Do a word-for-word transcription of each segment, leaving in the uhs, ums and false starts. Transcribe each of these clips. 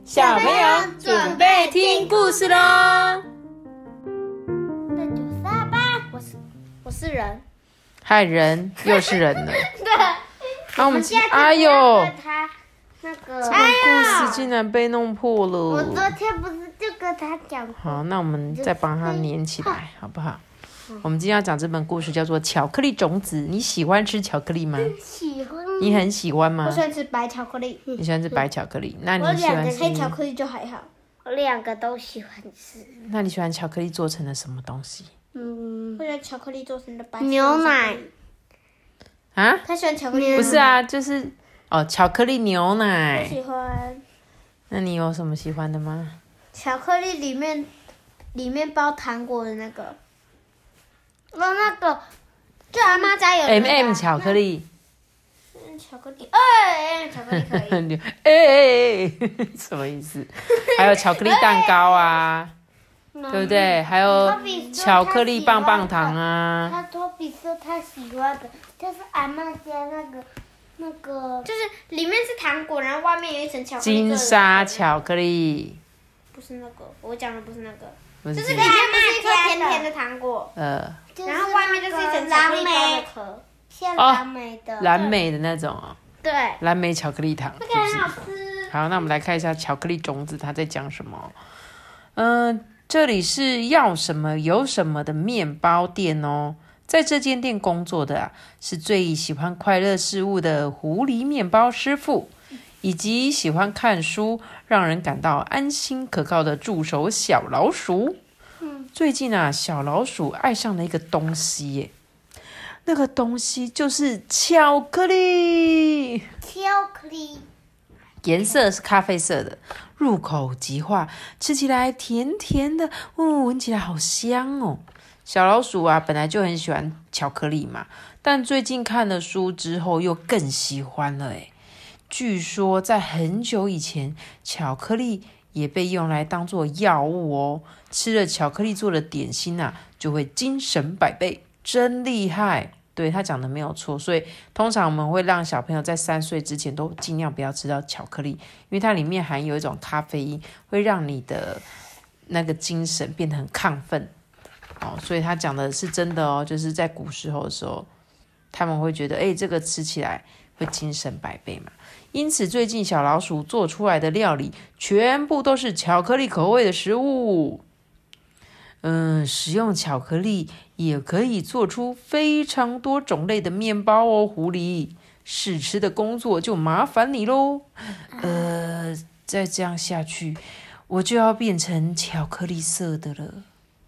小朋友准备听故事咯。 那就是阿爸，我是我是人， 嗨，人又是人了。 对， 好，我们哎呦， 他那个这个故事竟然被弄破了。 我昨天不是就跟他讲过。 好，那我们再帮他粘起来，好不好？我们今天要讲这本故事叫做《巧克力种子》。你喜欢吃巧克力吗？ 喜欢。 你很喜欢吗？ 我喜欢吃白巧克力。 你喜欢吃白巧克力？那我你喜欢吃两个黑巧克力就还好。我两个都喜欢吃。 那你喜欢巧克力做成的什么东西？ 嗯，我喜欢巧克力做成的白牛奶。 啊？ 他喜欢巧克力？ 不是啊，就是哦，巧克力牛奶。 我喜欢。 那你有什么喜欢的吗？ 巧克力里面里面包糖果的那个，哦，那个就阿妈家有的、那個、 M M 巧克力。 嗯，巧克力，哎，巧克力可以。 哎，什么意思？还有巧克力蛋糕啊，对不对？还有巧克力棒棒糖啊。 他托比说他喜欢的，就是阿妈家那个那个，就是里面是糖果，然后外面有一层巧克力。 金沙巧克力。 不是那个，我讲的不是那个， 不是就是里面不是一颗甜甜的糖果， 呃， 然后外面就是一层蓝莓的壳，像蓝莓的， 蓝莓的那种哦。 对， 蓝莓巧克力糖， 这个很好吃。 好，那我们来看一下巧克力种子它在讲什么。嗯、呃，这里是要什么有什么的面包店哦。在这间店工作的啊，是最喜欢快乐事物的狐狸面包师傅，以及喜欢看书，让人感到安心可靠的助手小老鼠。嗯，最近啊，小老鼠爱上了一个东西耶。那个东西就是巧克力， 巧克力颜色是咖啡色的，入口即化，吃起来甜甜的，嗯，闻起来好香哦。小老鼠啊，本来就很喜欢巧克力嘛，但最近看了书之后又更喜欢了诶。据说在很久以前，巧克力也被用来当作药物哦，吃了巧克力做的点心啊，就会精神百倍。真厉害，对，他讲的没有错，所以通常我们会让小朋友在三岁之前都尽量不要吃到巧克力，因为它里面含有一种咖啡因，会让你的那个精神变得很亢奋哦。所以他讲的是真的哦，就是在古时候的时候，他们会觉得，哎，这个吃起来会精神百倍嘛。因此，最近小老鼠做出来的料理全部都是巧克力口味的食物。嗯，使用巧克力也可以做出非常多种类的面包哦，狐狸。试吃的工作就麻烦你咯。呃，再这样下去，我就要变成巧克力色的了。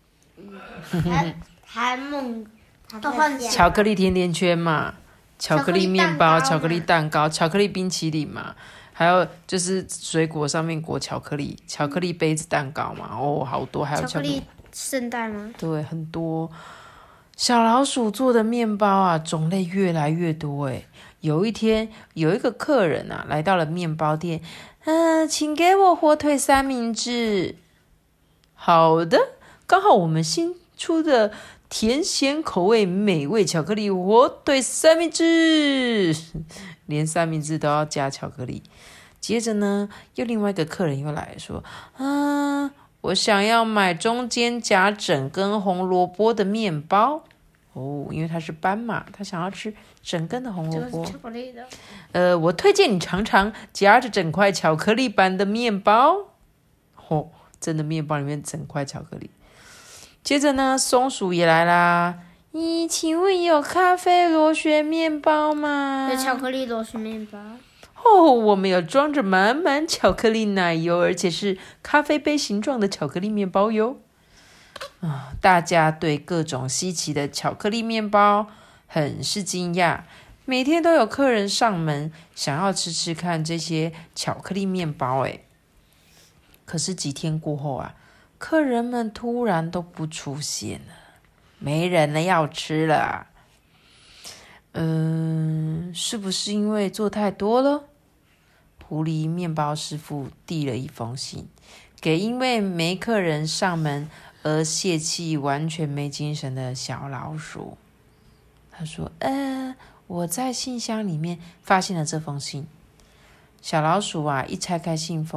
韩梦， 巧克力甜甜圈嘛，巧克力面包、巧克力蛋糕、巧克力冰淇淋嘛。还有就是水果上面裹巧克力，巧克力杯子蛋糕嘛，哦，好多，还有巧克力圣代吗？ 对，很多。小老鼠做的面包啊，种类越来越多诶。有一天，有一个客人啊，来到了面包店，嗯、呃，请给我火腿三明治。好的，刚好我们新出的甜咸口味美味巧克力火腿三明治，连三明治都要加巧克力。接着呢，又另外一个客人又来说，嗯、啊。我想要买中间夹整根红萝卜的面包哦，因为它是斑马，他想要吃整根的红萝卜。 这个是巧克力的。 呃，我推荐你尝尝夹着整块巧克力般的面包。哦，真的面包里面整块巧克力。接着呢，松鼠也来啦。咦，请问有咖啡螺旋面包吗？ 有巧克力螺旋面包。 哦，我们有装着满满巧克力奶油，而且是咖啡杯形状的巧克力面包哟。啊，大家对各种稀奇的巧克力面包很是惊讶，每天都有客人上门，想要吃吃看这些巧克力面包。诶，可是几天过后啊，客人们突然都不出现了，没人了要吃了。嗯，是不是因为做太多了？狐狸面包师傅递了一封信给因为没客人上门而泄气完全没精神的小老鼠。他说，呃，我在信箱里面发现了这封信。小老鼠啊，一拆开信封，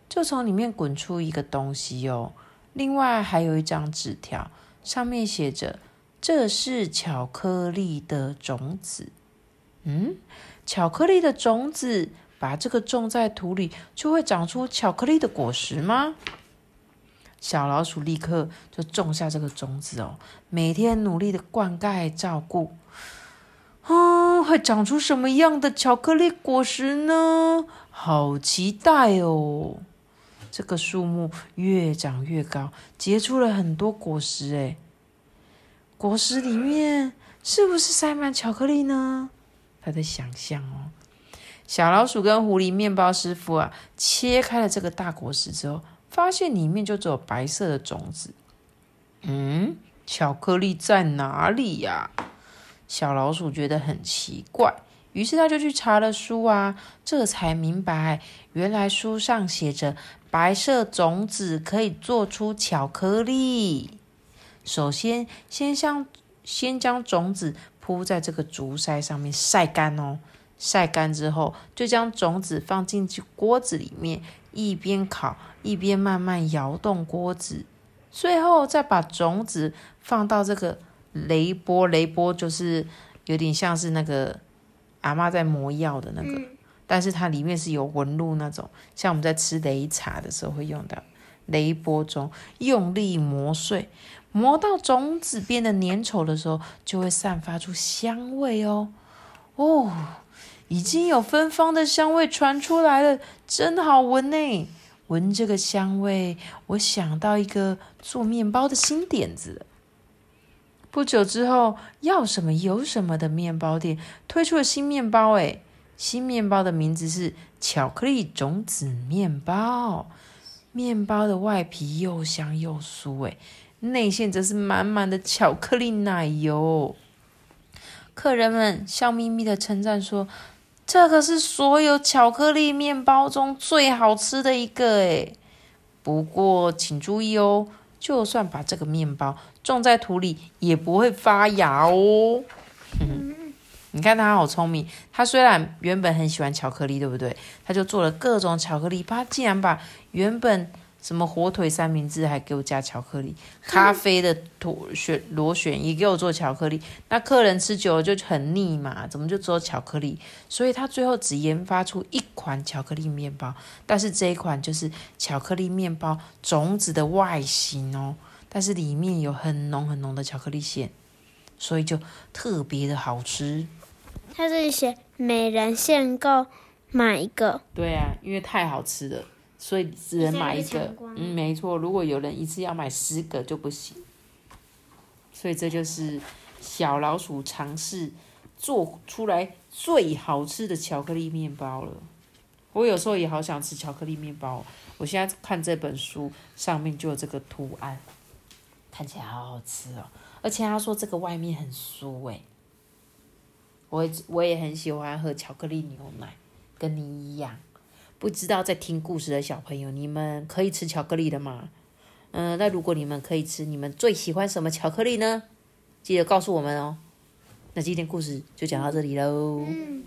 就从里面滚出一个东西哦。另外还有一张纸条，上面写着：“这是巧克力的种子。”嗯，巧克力的种子，把这个种在土里，就会长出巧克力的果实吗？小老鼠立刻就种下这个种子哦，每天努力的灌溉照顾。嗯，会长出什么样的巧克力果实呢？好期待哦！这个树木越长越高，结出了很多果实诶。果实里面是不是塞满巧克力呢？他在想象哦。小老鼠跟狐狸面包师傅啊，切开了这个大果实之后，发现里面就只有白色的种子。嗯，巧克力在哪里呀？小老鼠觉得很奇怪，于是他就去查了书啊，这才明白，原来书上写着白色种子可以做出巧克力。首先，先将先将种子铺在这个竹筛上面晒干哦。晒干之后，就将种子放进去锅子里面，一边烤一边慢慢摇动锅子，最后再把种子放到这个雷波，雷波就是有点像是那个阿嬷在磨药的那个，嗯、但是它里面是有纹路那种，像我们在吃擂茶的时候会用到雷波中，用力磨碎，磨到种子变得粘稠的时候，就会散发出香味哦。哦，已经有芬芳的香味传出来了，真好闻呢！闻这个香味，我想到一个做面包的新点子了。不久之后，要什么有什么的面包店推出了新面包，诶，新面包的名字是巧克力种子面包。面包的外皮又香又酥，诶，内馅则是满满的巧克力奶油。客人们笑眯眯的称赞说：“这个是所有巧克力面包中最好吃的一个诶。不过请注意哦，就算把这个面包种在土里，也不会发芽哦。”你看他好聪明，他虽然原本很喜欢巧克力，对不对？他就做了各种巧克力，他竟然把原本什么火腿三明治还给我加巧克力，咖啡的螺旋螺旋也给我做巧克力。那客人吃久了就很腻嘛，怎么就只有巧克力？所以他最后只研发出一款巧克力面包，但是这一款就是巧克力面包种子的外形哦，但是里面有很浓很浓的巧克力馅，所以就特别的好吃。 他这里写每人限购买一个。 对啊，因为太好吃了。所以只能买一个，嗯，没错。如果有人一次要买十个就不行。所以这就是小老鼠尝试做出来最好吃的巧克力面包了。我有时候也好想吃巧克力面包。我现在看这本书上面就有这个图案，看起来好好吃哦。而且他说这个外面很酥诶。我我也很喜欢喝巧克力牛奶，跟你一样。不知道在听故事的小朋友，你们可以吃巧克力的吗？嗯、呃，那如果你们可以吃，你们最喜欢什么巧克力呢？记得告诉我们哦。那今天故事就讲到这里喽。 嗯，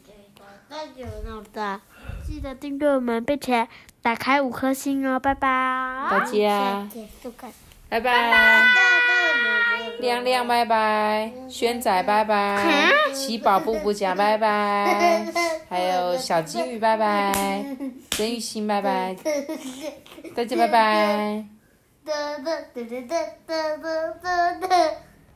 记得订阅我们，并且打开五颗星哦，拜拜。 大家，拜拜。亮亮拜拜，轩仔拜拜，奇宝布布讲拜拜，还有小金鱼拜拜，曾玉欣拜拜，大家拜拜。